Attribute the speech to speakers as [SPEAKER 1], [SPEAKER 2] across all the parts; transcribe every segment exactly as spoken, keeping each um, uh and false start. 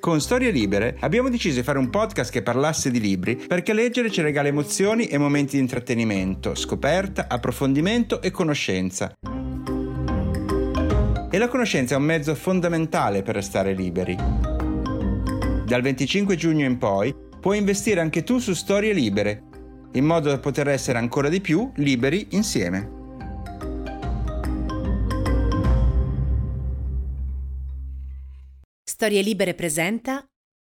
[SPEAKER 1] Con Storie Libere abbiamo deciso di fare un podcast che parlasse di libri perché leggere ci regala emozioni e momenti di intrattenimento, scoperta, approfondimento e conoscenza. E la conoscenza è un mezzo fondamentale per restare liberi. Dal venticinque giugno in poi puoi investire anche tu su Storie Libere, in modo da poter essere ancora di più liberi insieme.
[SPEAKER 2] Storie Libere presenta.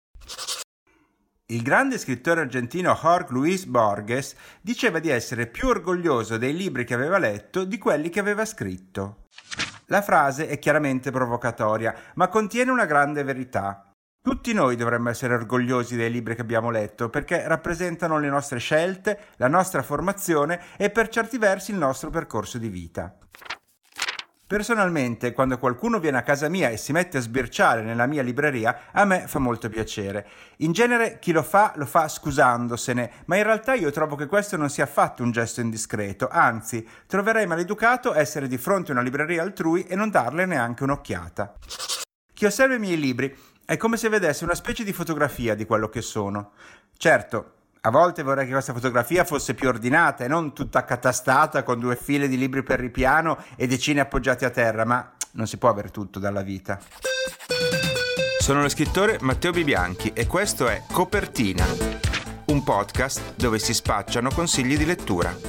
[SPEAKER 1] Il grande scrittore argentino Jorge Luis Borges diceva di essere più orgoglioso dei libri che aveva letto di quelli che aveva scritto. La frase è chiaramente provocatoria, ma contiene una grande verità. Tutti noi dovremmo essere orgogliosi dei libri che abbiamo letto perché rappresentano le nostre scelte, la nostra formazione e per certi versi il nostro percorso di vita. Personalmente, quando qualcuno viene a casa mia e si mette a sbirciare nella mia libreria, a me fa molto piacere. In genere chi lo fa, lo fa scusandosene, ma in realtà io trovo che questo non sia affatto un gesto indiscreto, anzi, troverei maleducato essere di fronte a una libreria altrui e non darle neanche un'occhiata. Chi osserva i miei libri è come se vedesse una specie di fotografia di quello che sono. Certo, a volte vorrei che questa fotografia fosse più ordinata e non tutta accatastata con due file di libri per ripiano e decine appoggiati a terra, ma non si può avere tutto dalla vita. Sono lo scrittore Matteo Bibianchi e questo è Copertina, un podcast dove si spacciano consigli di lettura.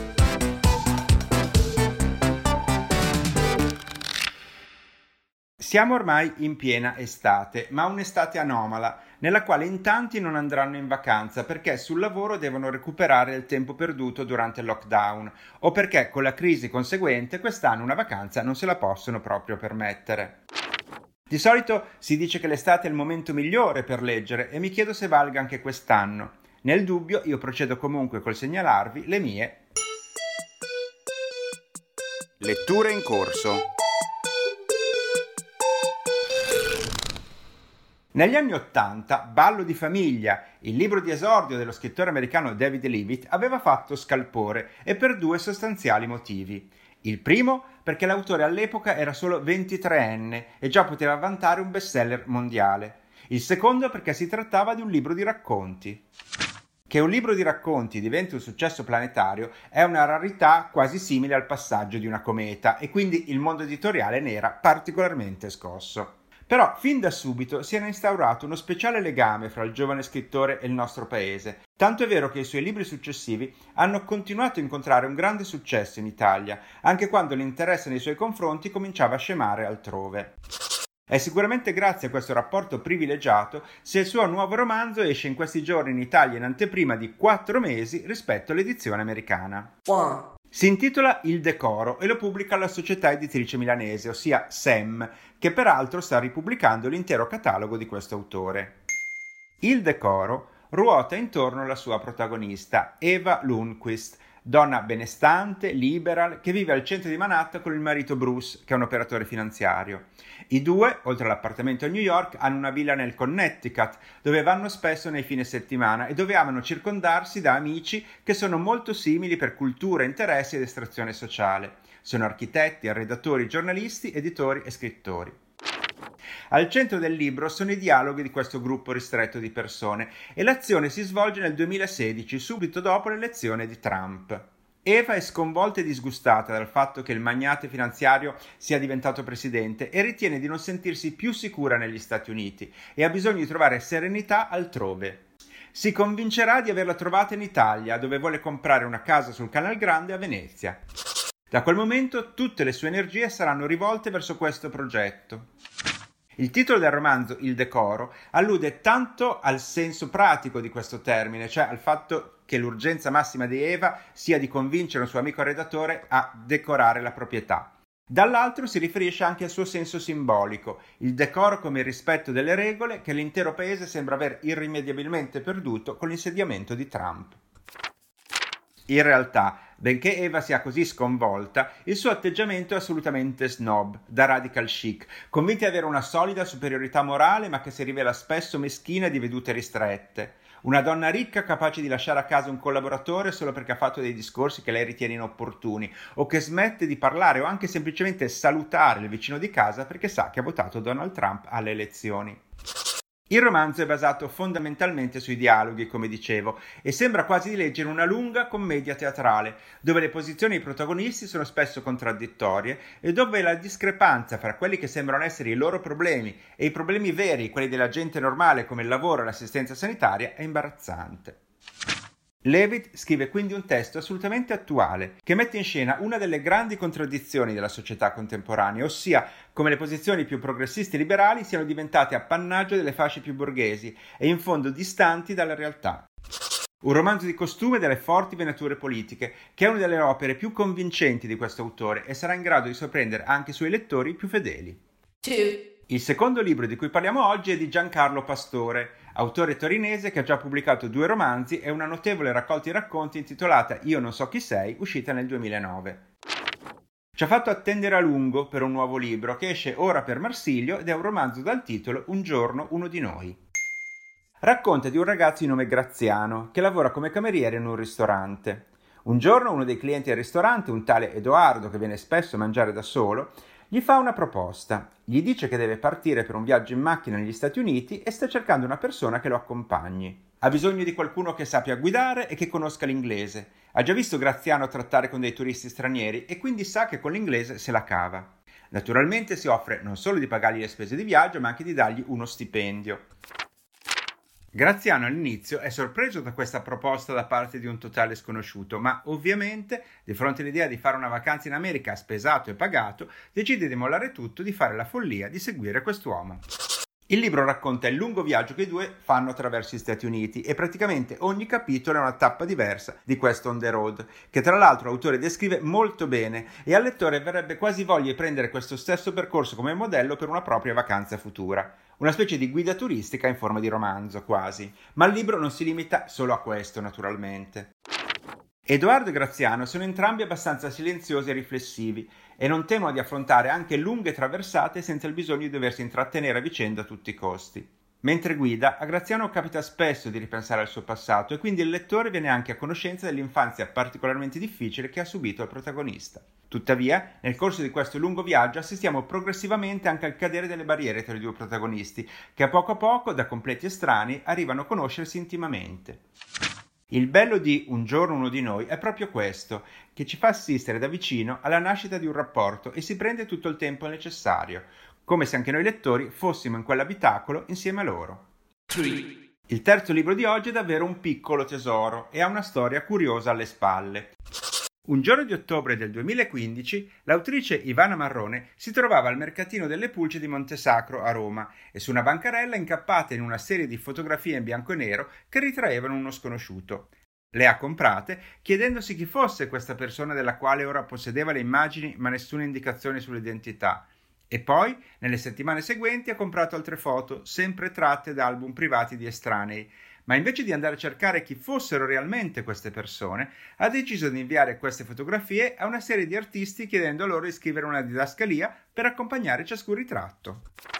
[SPEAKER 1] Siamo ormai in piena estate, ma un'estate anomala, nella quale in tanti non andranno in vacanza perché sul lavoro devono recuperare il tempo perduto durante il lockdown o perché con la crisi conseguente quest'anno una vacanza non se la possono proprio permettere. Di solito si dice che l'estate è il momento migliore per leggere e mi chiedo se valga anche quest'anno. Nel dubbio io procedo comunque col segnalarvi le mie letture in corso. Negli anni Ottanta, Ballo di famiglia, il libro di esordio dello scrittore americano David Leavitt, aveva fatto scalpore e per due sostanziali motivi. Il primo, perché l'autore all'epoca era solo ventitreenne e già poteva vantare un bestseller mondiale. Il secondo, perché si trattava di un libro di racconti. Che un libro di racconti diventi un successo planetario è una rarità quasi simile al passaggio di una cometa e quindi il mondo editoriale ne era particolarmente scosso. Però fin da subito si era instaurato uno speciale legame fra il giovane scrittore e il nostro paese, tanto è vero che i suoi libri successivi hanno continuato a incontrare un grande successo in Italia, anche quando l'interesse nei suoi confronti cominciava a scemare altrove. È sicuramente grazie a questo rapporto privilegiato se il suo nuovo romanzo esce in questi giorni in Italia in anteprima di quattro mesi rispetto all'edizione americana. Wow. Si intitola Il Decoro e lo pubblica la società editrice milanese, ossia S E M, che peraltro sta ripubblicando l'intero catalogo di questo autore. Il Decoro ruota intorno alla sua protagonista, Eva Lundquist, donna benestante, liberal, che vive al centro di Manhattan con il marito Bruce, che è un operatore finanziario. I due, oltre all'appartamento a New York, hanno una villa nel Connecticut, dove vanno spesso nei fine settimana e dove amano circondarsi da amici che sono molto simili per cultura, interessi ed estrazione sociale. Sono architetti, arredatori, giornalisti, editori e scrittori. Al centro del libro sono i dialoghi di questo gruppo ristretto di persone e l'azione si svolge nel duemilasedici, subito dopo l'elezione di Trump. Eva è sconvolta e disgustata dal fatto che il magnate finanziario sia diventato presidente e ritiene di non sentirsi più sicura negli Stati Uniti e ha bisogno di trovare serenità altrove. Si convincerà di averla trovata in Italia, dove vuole comprare una casa sul Canal Grande a Venezia. Da quel momento tutte le sue energie saranno rivolte verso questo progetto. Il titolo del romanzo, Il Decoro, allude tanto al senso pratico di questo termine, cioè al fatto che l'urgenza massima di Eva sia di convincere un suo amico redattore a decorare la proprietà. Dall'altro si riferisce anche al suo senso simbolico, il decoro come il rispetto delle regole che l'intero paese sembra aver irrimediabilmente perduto con l'insediamento di Trump. In realtà, benché Eva sia così sconvolta, il suo atteggiamento è assolutamente snob, da radical chic, convinta di avere una solida superiorità morale ma che si rivela spesso meschina e di vedute ristrette. Una donna ricca capace di lasciare a casa un collaboratore solo perché ha fatto dei discorsi che lei ritiene inopportuni, o che smette di parlare o anche semplicemente salutare il vicino di casa perché sa che ha votato Donald Trump alle elezioni. Il romanzo è basato fondamentalmente sui dialoghi, come dicevo, e sembra quasi di leggere una lunga commedia teatrale, dove le posizioni dei protagonisti sono spesso contraddittorie e dove la discrepanza fra quelli che sembrano essere i loro problemi e i problemi veri, quelli della gente normale come il lavoro e l'assistenza sanitaria, è imbarazzante. Levitt scrive quindi un testo assolutamente attuale, che mette in scena una delle grandi contraddizioni della società contemporanea, ossia come le posizioni più progressisti e liberali siano diventate appannaggio delle fasce più borghesi e in fondo distanti dalla realtà. Un romanzo di costume delle forti venature politiche, che è una delle opere più convincenti di questo autore e sarà in grado di sorprendere anche i suoi lettori più fedeli. Two. Il secondo libro di cui parliamo oggi è di Giancarlo Pastore, autore torinese che ha già pubblicato due romanzi e una notevole raccolta di racconti intitolata Io non so chi sei, uscita nel duemilanove. Ci ha fatto attendere a lungo per un nuovo libro che esce ora per Marsilio ed è un romanzo dal titolo Un giorno uno di noi. Racconta di un ragazzo di nome Graziano che lavora come cameriere in un ristorante. Un giorno uno dei clienti al ristorante, un tale Edoardo che viene spesso a mangiare da solo, gli fa una proposta. Gli dice che deve partire per un viaggio in macchina negli Stati Uniti e sta cercando una persona che lo accompagni. Ha bisogno di qualcuno che sappia guidare e che conosca l'inglese. Ha già visto Graziano trattare con dei turisti stranieri e quindi sa che con l'inglese se la cava. Naturalmente si offre non solo di pagargli le spese di viaggio, ma anche di dargli uno stipendio. Graziano all'inizio è sorpreso da questa proposta da parte di un totale sconosciuto, ma ovviamente, di fronte all'idea di fare una vacanza in America spesato e pagato, decide di mollare tutto e di fare la follia di seguire quest'uomo. Il libro racconta il lungo viaggio che i due fanno attraverso gli Stati Uniti e praticamente ogni capitolo è una tappa diversa di questo on the road, che tra l'altro l'autore descrive molto bene e al lettore verrebbe quasi voglia di prendere questo stesso percorso come modello per una propria vacanza futura. Una specie di guida turistica in forma di romanzo, quasi. Ma il libro non si limita solo a questo, naturalmente. Edoardo e Graziano sono entrambi abbastanza silenziosi e riflessivi e non temono di affrontare anche lunghe traversate senza il bisogno di doversi intrattenere a vicenda a tutti i costi. Mentre guida, a Graziano capita spesso di ripensare al suo passato e quindi il lettore viene anche a conoscenza dell'infanzia particolarmente difficile che ha subito il protagonista. Tuttavia, nel corso di questo lungo viaggio assistiamo progressivamente anche al cadere delle barriere tra i due protagonisti, che a poco a poco, da completi estranei, arrivano a conoscersi intimamente. Il bello di Un giorno uno di noi è proprio questo, che ci fa assistere da vicino alla nascita di un rapporto e si prende tutto il tempo necessario, come se anche noi lettori fossimo in quell'abitacolo insieme a loro. tre. Il terzo libro di oggi è davvero un piccolo tesoro e ha una storia curiosa alle spalle. Un giorno di ottobre del duemilaquindici, l'autrice Ivana Marrone si trovava al mercatino delle pulci di Montesacro a Roma e su una bancarella incappata in una serie di fotografie in bianco e nero che ritraevano uno sconosciuto. Le ha comprate chiedendosi chi fosse questa persona della quale ora possedeva le immagini ma nessuna indicazione sull'identità. E poi, nelle settimane seguenti, ha comprato altre foto, sempre tratte da album privati di estranei. Ma invece di andare a cercare chi fossero realmente queste persone, ha deciso di inviare queste fotografie a una serie di artisti chiedendo loro di scrivere una didascalia per accompagnare ciascun ritratto.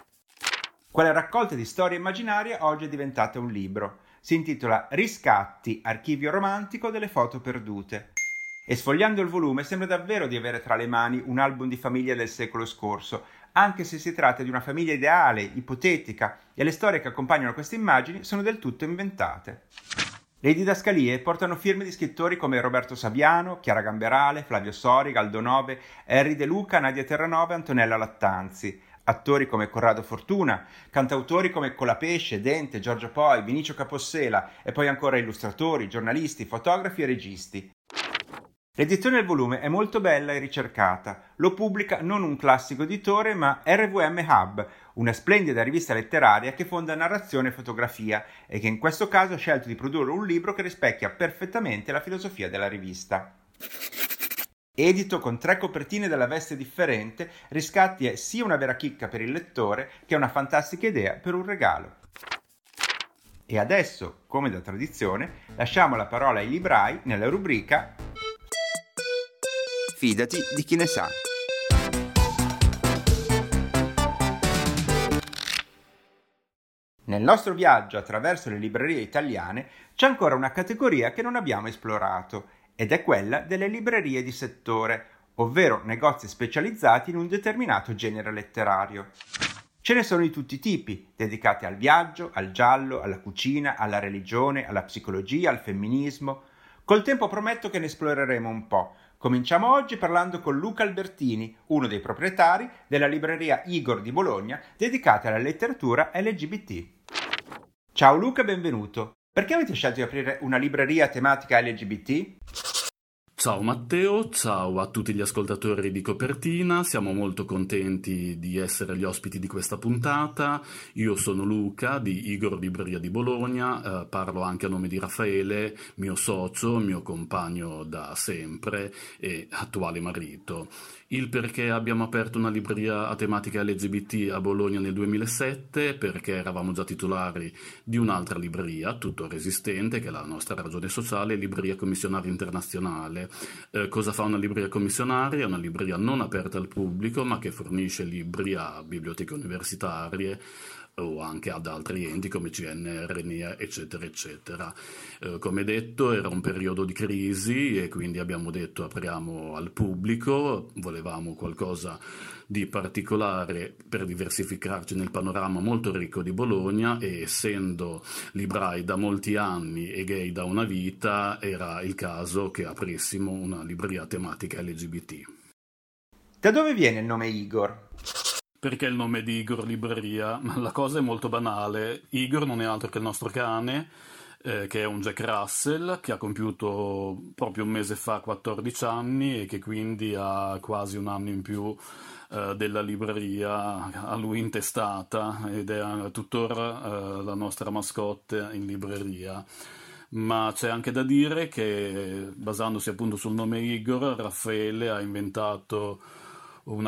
[SPEAKER 1] Quella raccolta di storie immaginarie oggi è diventata un libro. Si intitola Riscatti, archivio romantico delle foto perdute. E sfogliando il volume sembra davvero di avere tra le mani un album di famiglia del secolo scorso, anche se si tratta di una famiglia ideale, ipotetica, e le storie che accompagnano queste immagini sono del tutto inventate. Le didascalie portano firme di scrittori come Roberto Saviano, Chiara Gamberale, Flavio Sori, Aldo Nove, Henry De Luca, Nadia Terranova e Antonella Lattanzi, attori come Corrado Fortuna, cantautori come Colapesce, Dente, Giorgio Poi, Vinicio Capossela e poi ancora illustratori, giornalisti, fotografi e registi. L'edizione del volume è molto bella e ricercata. Lo pubblica non un classico editore, ma R V M Hub, una splendida rivista letteraria che fonda narrazione e fotografia e che in questo caso ha scelto di produrre un libro che rispecchia perfettamente la filosofia della rivista. Edito con tre copertine dalla veste differente, Riscatti è sia una vera chicca per il lettore che una fantastica idea per un regalo. E adesso, come da tradizione, lasciamo la parola ai librai nella rubrica Fidati di chi ne sa. Nel nostro viaggio attraverso le librerie italiane c'è ancora una categoria che non abbiamo esplorato ed è quella delle librerie di settore, ovvero negozi specializzati in un determinato genere letterario. Ce ne sono di tutti i tipi, dedicati al viaggio, al giallo, alla cucina, alla religione, alla psicologia, al femminismo. Col tempo prometto che ne esploreremo un po'. Cominciamo oggi parlando con Luca Albertini, uno dei proprietari della libreria Igor di Bologna, dedicata alla letteratura L G B T. Ciao Luca, benvenuto. Perché avete scelto di aprire una libreria tematica L G B T?
[SPEAKER 2] Ciao Matteo, ciao a tutti gli ascoltatori di Copertina, siamo molto contenti di essere gli ospiti di questa puntata. Io sono Luca di Igor Libreria di Bologna, eh, parlo anche a nome di Raffaele, mio socio, mio compagno da sempre e attuale marito. Il perché abbiamo aperto una libreria a tematica L G B T a Bologna nel duemilasette, perché eravamo già titolari di un'altra libreria, tuttora esistente, che è la nostra ragione sociale, Libreria Commissionaria Internazionale. Eh, cosa fa una libreria commissionaria? È una libreria non aperta al pubblico, ma che fornisce libri a biblioteche universitarie o anche ad altri enti come C N R, N I A, eccetera, eccetera. Eh, come detto, era un periodo di crisi e quindi abbiamo detto apriamo al pubblico, volevamo qualcosa di particolare per diversificarci nel panorama molto ricco di Bologna e essendo librai da molti anni e gay da una vita, era il caso che aprissimo una libreria tematica L G B T.
[SPEAKER 1] Da dove viene il nome Igor?
[SPEAKER 2] Perché il nome di Igor Libreria? La cosa è molto banale. Igor non è altro che il nostro cane, eh, che è un Jack Russell, che ha compiuto proprio un mese fa quattordici anni e che quindi ha quasi un anno in più eh, della libreria a lui intestata ed è tuttora eh, la nostra mascotte in libreria. Ma c'è anche da dire che, basandosi appunto sul nome Igor, Raffaele ha inventato un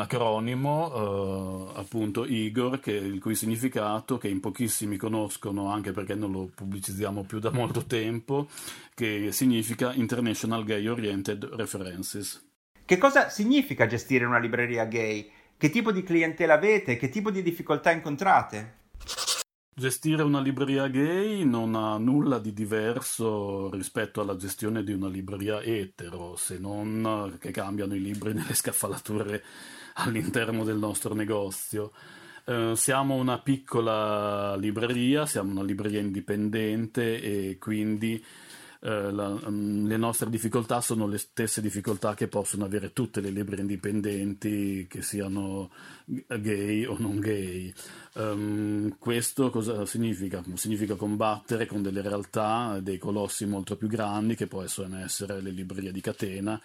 [SPEAKER 2] acronimo, eh, appunto Igor, che, il cui significato, che in pochissimi conoscono, anche perché non lo pubblicizziamo più da molto tempo, che significa International Gay Oriented References.
[SPEAKER 1] Che cosa significa gestire una libreria gay? Che tipo di clientela avete? Che tipo di difficoltà incontrate?
[SPEAKER 2] Gestire una libreria gay non ha nulla di diverso rispetto alla gestione di una libreria etero, se non che cambiano i libri nelle scaffalature all'interno del nostro negozio. Eh, siamo una piccola libreria, siamo una libreria indipendente e quindi eh, la, le nostre difficoltà sono le stesse difficoltà che possono avere tutte le librerie indipendenti, che siano gay o non gay. Um, questo cosa significa? Significa combattere con delle realtà, dei colossi molto più grandi che possono essere le librerie di catena,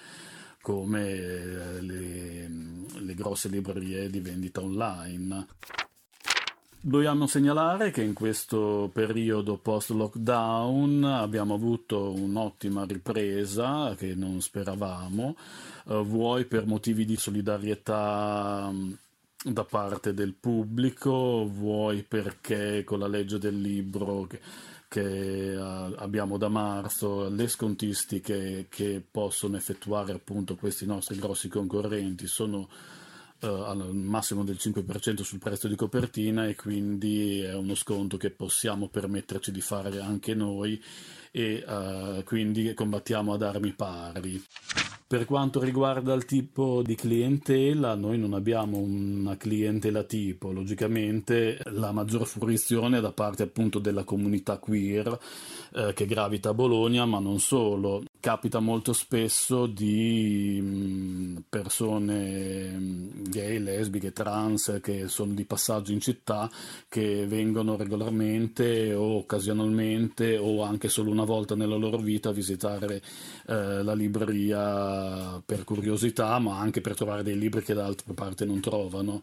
[SPEAKER 2] come le, le grosse librerie di vendita online. Dobbiamo segnalare che in questo periodo post-lockdown abbiamo avuto un'ottima ripresa che non speravamo, eh, vuoi per motivi di solidarietà da parte del pubblico, vuoi perché con la legge del libro che, che uh, abbiamo da marzo, le scontistiche che possono effettuare appunto questi nostri grossi concorrenti sono uh, al massimo del cinque per cento sul prezzo di copertina e quindi è uno sconto che possiamo permetterci di fare anche noi e uh, quindi combattiamo ad armi pari. Per quanto riguarda il tipo di clientela, noi non abbiamo una clientela tipo, logicamente la maggior fruizione è da parte appunto della comunità queer eh, che gravita a Bologna, ma non solo. Capita molto spesso di mh, persone mh, gay, lesbiche, trans che sono di passaggio in città che vengono regolarmente o occasionalmente o anche solo una volta nella loro vita a visitare eh, la libreria per curiosità, ma anche per trovare dei libri che da altre parti non trovano.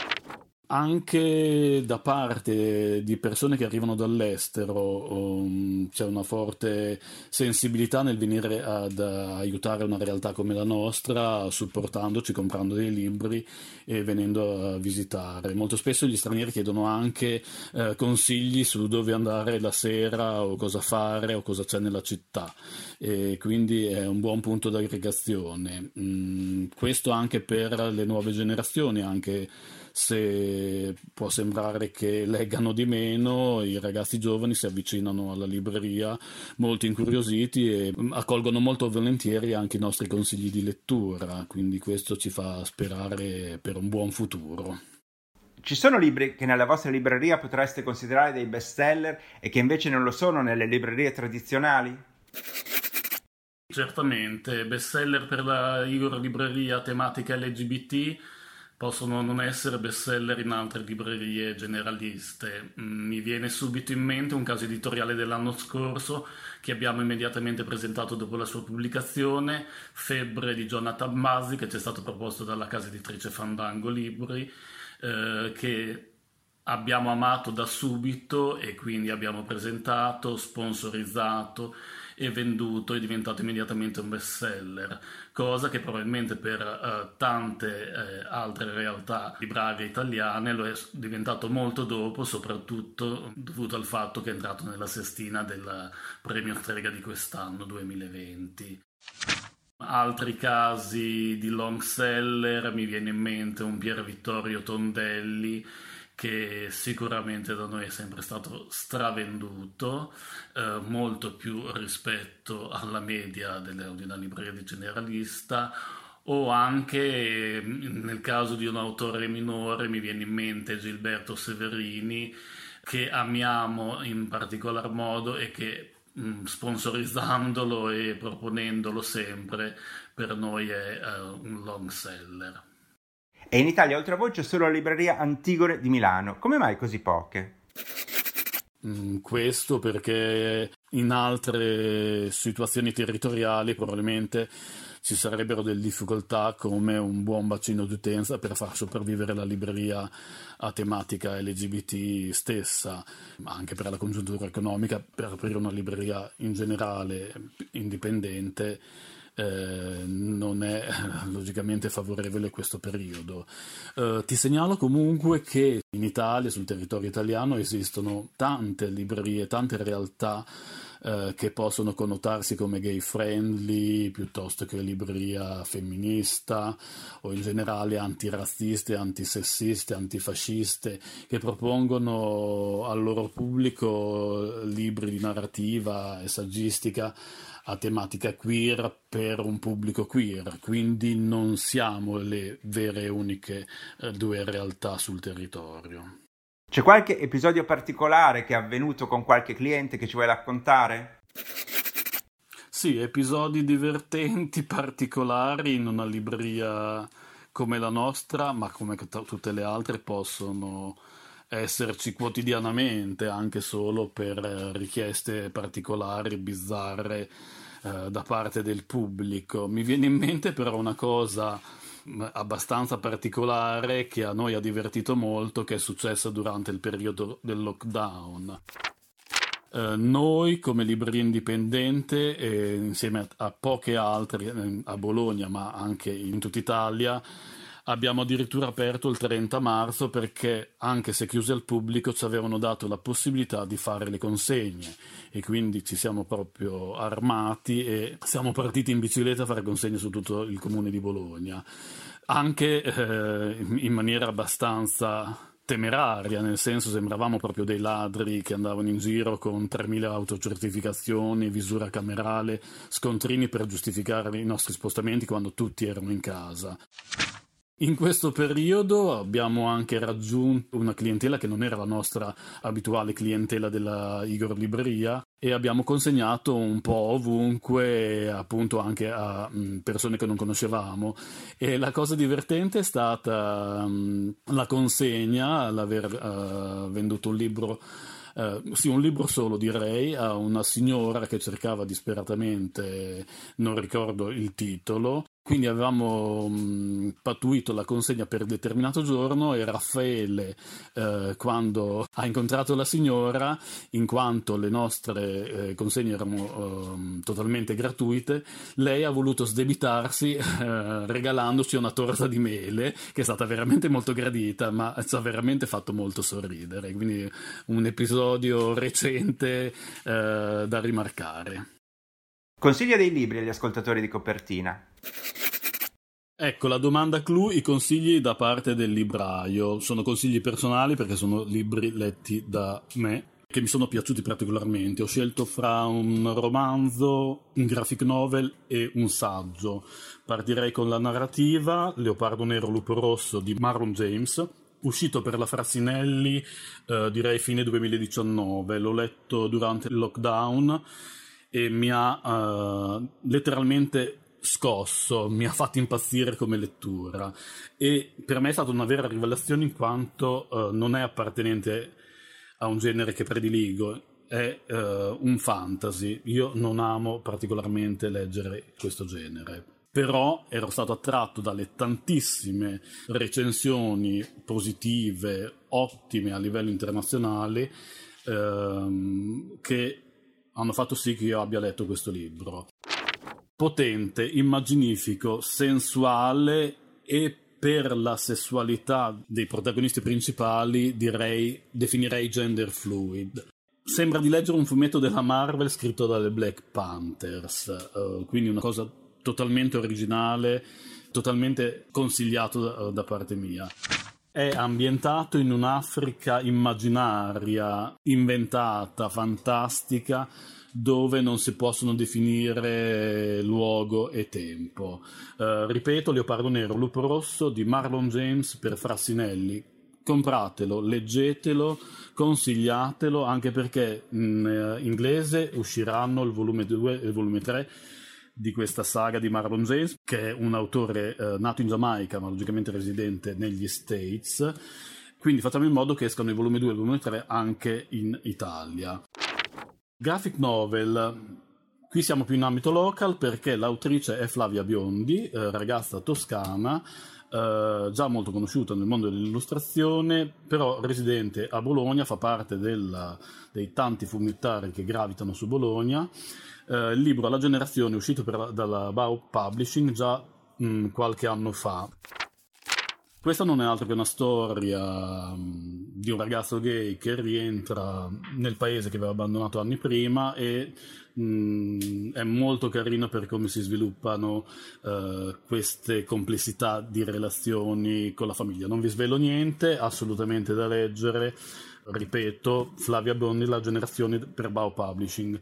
[SPEAKER 2] Anche da parte di persone che arrivano dall'estero um, c'è una forte sensibilità nel venire ad aiutare una realtà come la nostra, supportandoci, comprando dei libri e venendo a visitare. Molto spesso gli stranieri chiedono anche eh, consigli su dove andare la sera o cosa fare o cosa c'è nella città, e quindi è un buon punto d'aggregazione. Mm, questo anche per le nuove generazioni, anche se può sembrare che leggano di meno, i ragazzi giovani si avvicinano alla libreria molto incuriositi e accolgono molto volentieri anche i nostri consigli di lettura, quindi questo ci fa sperare per un buon futuro.
[SPEAKER 1] Ci sono libri che nella vostra libreria potreste considerare dei bestseller e che invece non lo sono nelle librerie tradizionali?
[SPEAKER 2] Certamente, bestseller per la Igor libreria tematica L G B T possono non essere bestseller in altre librerie generaliste. Mm, Mi viene subito in mente un caso editoriale dell'anno scorso che abbiamo immediatamente presentato dopo la sua pubblicazione, Febbre di Jonathan Masi, che ci è stato proposto dalla casa editrice Fandango Libri, eh, che abbiamo amato da subito e quindi abbiamo presentato, sponsorizzato e venduto, è diventato immediatamente un bestseller, cosa che probabilmente per eh, tante eh, altre realtà librarie italiane lo è diventato molto dopo, soprattutto dovuto al fatto che è entrato nella sestina del premio Strega di quest'anno duemilaventi. Altri casi di long seller, mi viene in mente un Pier Vittorio Tondelli che sicuramente da noi è sempre stato stravenduto, eh, molto più rispetto alla media delle, di una libreria di generalista, o anche nel caso di un autore minore mi viene in mente Gilberto Severini, che amiamo in particolar modo e che mh, sponsorizzandolo e proponendolo sempre per noi è uh, un long seller.
[SPEAKER 1] E in Italia oltre a voi c'è solo la libreria Antigone di Milano. Come mai così poche?
[SPEAKER 2] Mm, Questo perché in altre situazioni territoriali probabilmente ci sarebbero delle difficoltà come un buon bacino d'utenza per far sopravvivere la libreria a tematica L G B T stessa, ma anche per la congiuntura economica, per aprire una libreria in generale indipendente. Eh, non è logicamente favorevole questo periodo. Eh, ti segnalo comunque che in Italia, sul territorio italiano, esistono tante librerie, tante realtà eh, che possono connotarsi come gay friendly piuttosto che libreria femminista o in generale antirazziste, antisessiste, antifasciste, che propongono al loro pubblico libri di narrativa e saggistica a tematica queer per un pubblico queer, quindi non siamo le vere e uniche eh, due realtà sul territorio.
[SPEAKER 1] C'è qualche episodio particolare che è avvenuto con qualche cliente che ci vuoi raccontare?
[SPEAKER 2] Sì, episodi divertenti, particolari in una libreria come la nostra, ma come t- tutte le altre possono esserci quotidianamente, anche solo per eh, richieste particolari, bizzarre eh, da parte del pubblico. Mi viene in mente però una cosa mh, abbastanza particolare che a noi ha divertito molto, che è successa durante il periodo del lockdown. Eh, noi come libreria indipendente, eh, insieme a, a poche altre eh, a Bologna, ma anche in tutta Italia, abbiamo addirittura aperto il trenta marzo perché, anche se chiusi al pubblico, ci avevano dato la possibilità di fare le consegne e quindi ci siamo proprio armati e siamo partiti in bicicletta a fare consegne su tutto il comune di Bologna, anche eh, in maniera abbastanza temeraria, nel senso sembravamo proprio dei ladri che andavano in giro con tremila autocertificazioni, visura camerale, scontrini per giustificare i nostri spostamenti quando tutti erano in casa. In questo periodo abbiamo anche raggiunto una clientela che non era la nostra abituale clientela della Igor Libreria e abbiamo consegnato un po' ovunque, appunto anche a mh, persone che non conoscevamo. E la cosa divertente è stata mh, la consegna, l'aver uh, venduto un libro. Uh, sì, un libro solo direi, a una signora che cercava disperatamente, non ricordo il titolo, quindi avevamo mh, pattuito la consegna per determinato giorno e Raffaele eh, quando ha incontrato la signora, in quanto le nostre eh, consegne erano eh, totalmente gratuite, lei ha voluto sdebitarsi eh, regalandoci una torta di mele che è stata veramente molto gradita, ma ci ha veramente fatto molto sorridere, quindi un episodio recente eh, da rimarcare.
[SPEAKER 1] Consiglia dei libri agli ascoltatori di Copertina.
[SPEAKER 2] Ecco, la domanda clou, i consigli da parte del libraio. Sono consigli personali perché sono libri letti da me, che mi sono piaciuti particolarmente. Ho scelto fra un romanzo, un graphic novel e un saggio. Partirei con la narrativa, Leopardo Nero, Lupo Rosso di Marlon James, uscito per la Frassinelli, eh, direi fine duemiladiciannove, l'ho letto durante il lockdown e mi ha eh, letteralmente scosso, mi ha fatto impazzire come lettura, e per me è stata una vera rivelazione in quanto eh, non è appartenente a un genere che prediligo, è eh, un fantasy. Io non amo particolarmente leggere questo genere, però ero stato attratto dalle tantissime recensioni positive, ottime a livello internazionale, ehm, che hanno fatto sì che io abbia letto questo libro. Potente, immaginifico, sensuale, e per la sessualità dei protagonisti principali direi, definirei gender fluid. Sembra di leggere un fumetto della Marvel scritto dalle Black Panthers, uh, quindi una cosa totalmente originale, totalmente consigliato da, da parte mia. È ambientato in un'Africa immaginaria, inventata, fantastica, dove non si possono definire luogo e tempo. Uh, ripeto, Leopardo Nero, Lupo Rosso di Marlon James per Frassinelli. Compratelo, leggetelo, consigliatelo, anche perché in inglese usciranno il volume due e il volume tre di questa saga di Marlon James, che è un autore eh, nato in Giamaica ma logicamente residente negli States, quindi facciamo in modo che escano il volume due e il volume tre anche in Italia. Graphic novel, qui siamo più in ambito local perché l'autrice è Flavia Biondi, eh, ragazza toscana, Uh, già molto conosciuta nel mondo dell'illustrazione, però residente a Bologna, fa parte della, dei tanti fumettari che gravitano su Bologna. Uh, il libro alla generazione è uscito per, dalla Bao Publishing già mh, qualche anno fa. Questa non è altro che una storia mh, di un ragazzo gay che rientra nel paese che aveva abbandonato anni prima, e mh, è molto carino per come si sviluppano uh, queste complessità di relazioni con la famiglia. Non vi svelo niente, assolutamente da leggere. Ripeto, Flavia Biondi, La generazione per Bao Publishing.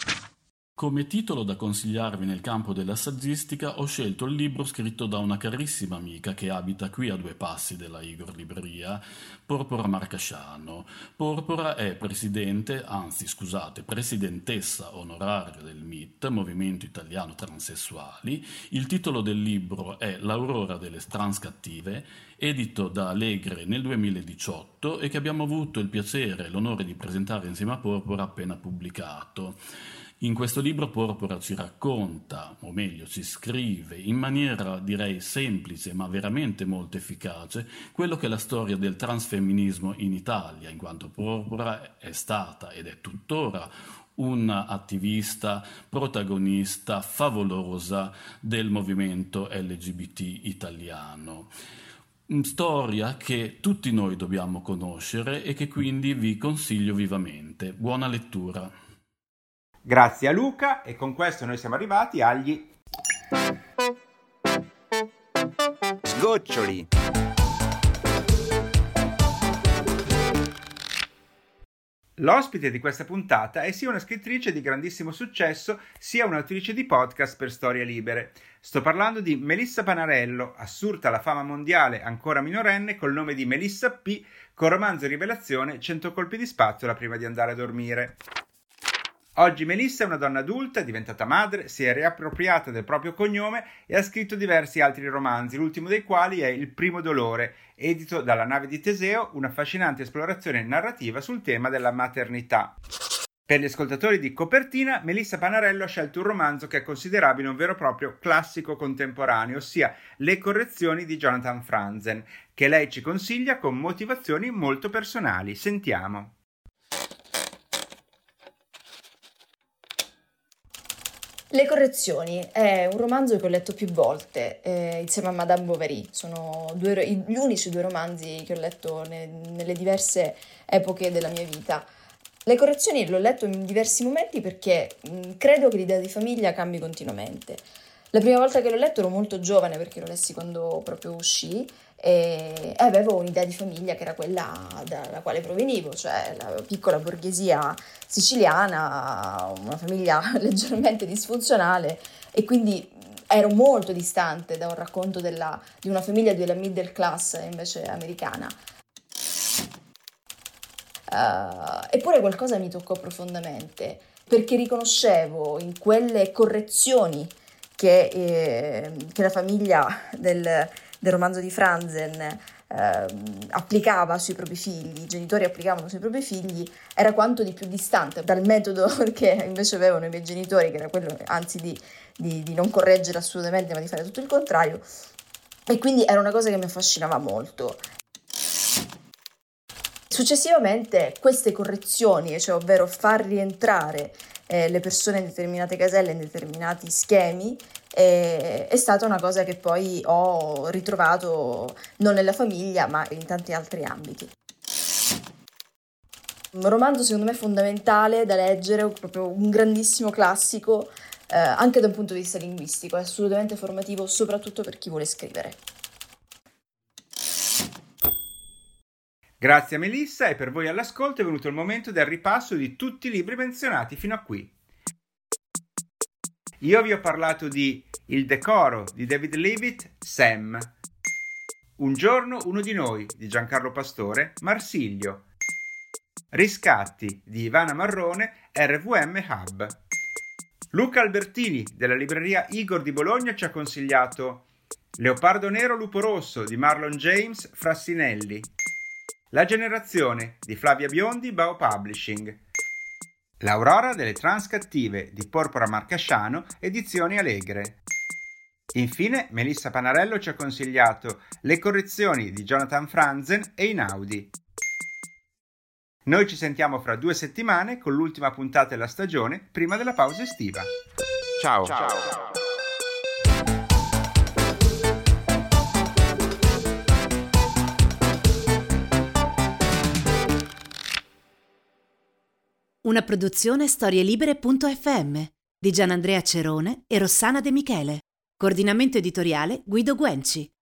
[SPEAKER 2] Come titolo da consigliarvi nel campo della saggistica ho scelto il libro scritto da una carissima amica che abita qui a due passi della Igor Libreria, Porpora Marcasciano. Porpora è presidente, anzi scusate, presidentessa onoraria del M I T, Movimento Italiano Transessuali. Il titolo del libro è L'aurora delle trans cattive, edito da Allegre nel duemiladiciotto e che abbiamo avuto il piacere e l'onore di presentare insieme a Porpora appena pubblicato. In questo libro Porpora ci racconta, o meglio ci scrive, in maniera direi semplice ma veramente molto efficace, quello che è la storia del transfemminismo in Italia, in quanto Porpora è stata ed è tuttora un'attivista, protagonista favolosa del movimento L G B T italiano. Storia che tutti noi dobbiamo conoscere e che quindi vi consiglio vivamente. Buona lettura.
[SPEAKER 1] Grazie a Luca, e con questo noi siamo arrivati agli sgoccioli. L'ospite di questa puntata è sia una scrittrice di grandissimo successo, sia un'autrice di podcast per storie libere. Sto parlando di Melissa Panarello, assurta alla fama mondiale ancora minorenne col nome di Melissa P, con romanzo Rivelazione cento colpi di spazzola prima di andare a dormire. Oggi Melissa è una donna adulta, è diventata madre, si è riappropriata del proprio cognome e ha scritto diversi altri romanzi, l'ultimo dei quali è Il primo dolore, edito dalla Nave di Teseo, un'affascinante esplorazione narrativa sul tema della maternità. Per gli ascoltatori di Copertina, Melissa Panarello ha scelto un romanzo che è considerabile un vero e proprio classico contemporaneo, ossia Le correzioni di Jonathan Franzen, che lei ci consiglia con motivazioni molto personali. Sentiamo.
[SPEAKER 3] Le correzioni è un romanzo che ho letto più volte eh, insieme a Madame Bovary. Sono due, gli unici due romanzi che ho letto ne, nelle diverse epoche della mia vita. Le correzioni l'ho letto in diversi momenti perché mh, credo che l'idea di famiglia cambi continuamente. La prima volta che l'ho letto ero molto giovane perché lo lessi quando proprio uscì e avevo un'idea di famiglia che era quella dalla quale provenivo, cioè la piccola borghesia siciliana, una famiglia leggermente disfunzionale, e quindi ero molto distante da un racconto della, di una famiglia della middle class invece americana. Uh, eppure qualcosa mi toccò profondamente, perché riconoscevo in quelle correzioni che, eh, che la famiglia del, del romanzo di Franzen eh, applicava sui propri figli, i genitori applicavano sui propri figli, era quanto di più distante dal metodo che invece avevano i miei genitori, che era quello anzi di, di, di non correggere assolutamente, ma di fare tutto il contrario, e quindi era una cosa che mi affascinava molto. Successivamente queste correzioni, cioè ovvero far rientrare eh, le persone in determinate caselle, in determinati schemi, eh, è stata una cosa che poi ho ritrovato non nella famiglia ma in tanti altri ambiti. Un romanzo secondo me fondamentale da leggere, proprio un grandissimo classico, eh, anche da un punto di vista linguistico, è assolutamente formativo soprattutto per chi vuole scrivere.
[SPEAKER 1] Grazie a Melissa, e per voi all'ascolto è venuto il momento del ripasso di tutti i libri menzionati fino a qui. Io vi ho parlato di Il decoro di David Leavitt, Sam. Un giorno uno di noi di Giancarlo Pastore, Marsilio. Riscatti di Ivana Marrone, R V M Hub. Luca Albertini della libreria Igor di Bologna ci ha consigliato Leopardo Nero Lupo Rosso di Marlon James, Frassinelli. La generazione di Flavia Biondi, Bao Publishing. L'Aurora delle Transcattive di Porpora Marcasciano, Edizioni Alegre. Infine, Melissa Panarello ci ha consigliato Le correzioni di Jonathan Franzen e Inaudi. Noi ci sentiamo fra due settimane con l'ultima puntata della stagione prima della pausa estiva. Ciao! Ciao.
[SPEAKER 4] Una produzione storielibere punto effe emme di Gianandrea Cerone e Rossana De Michele. Coordinamento editoriale Guido Guenci.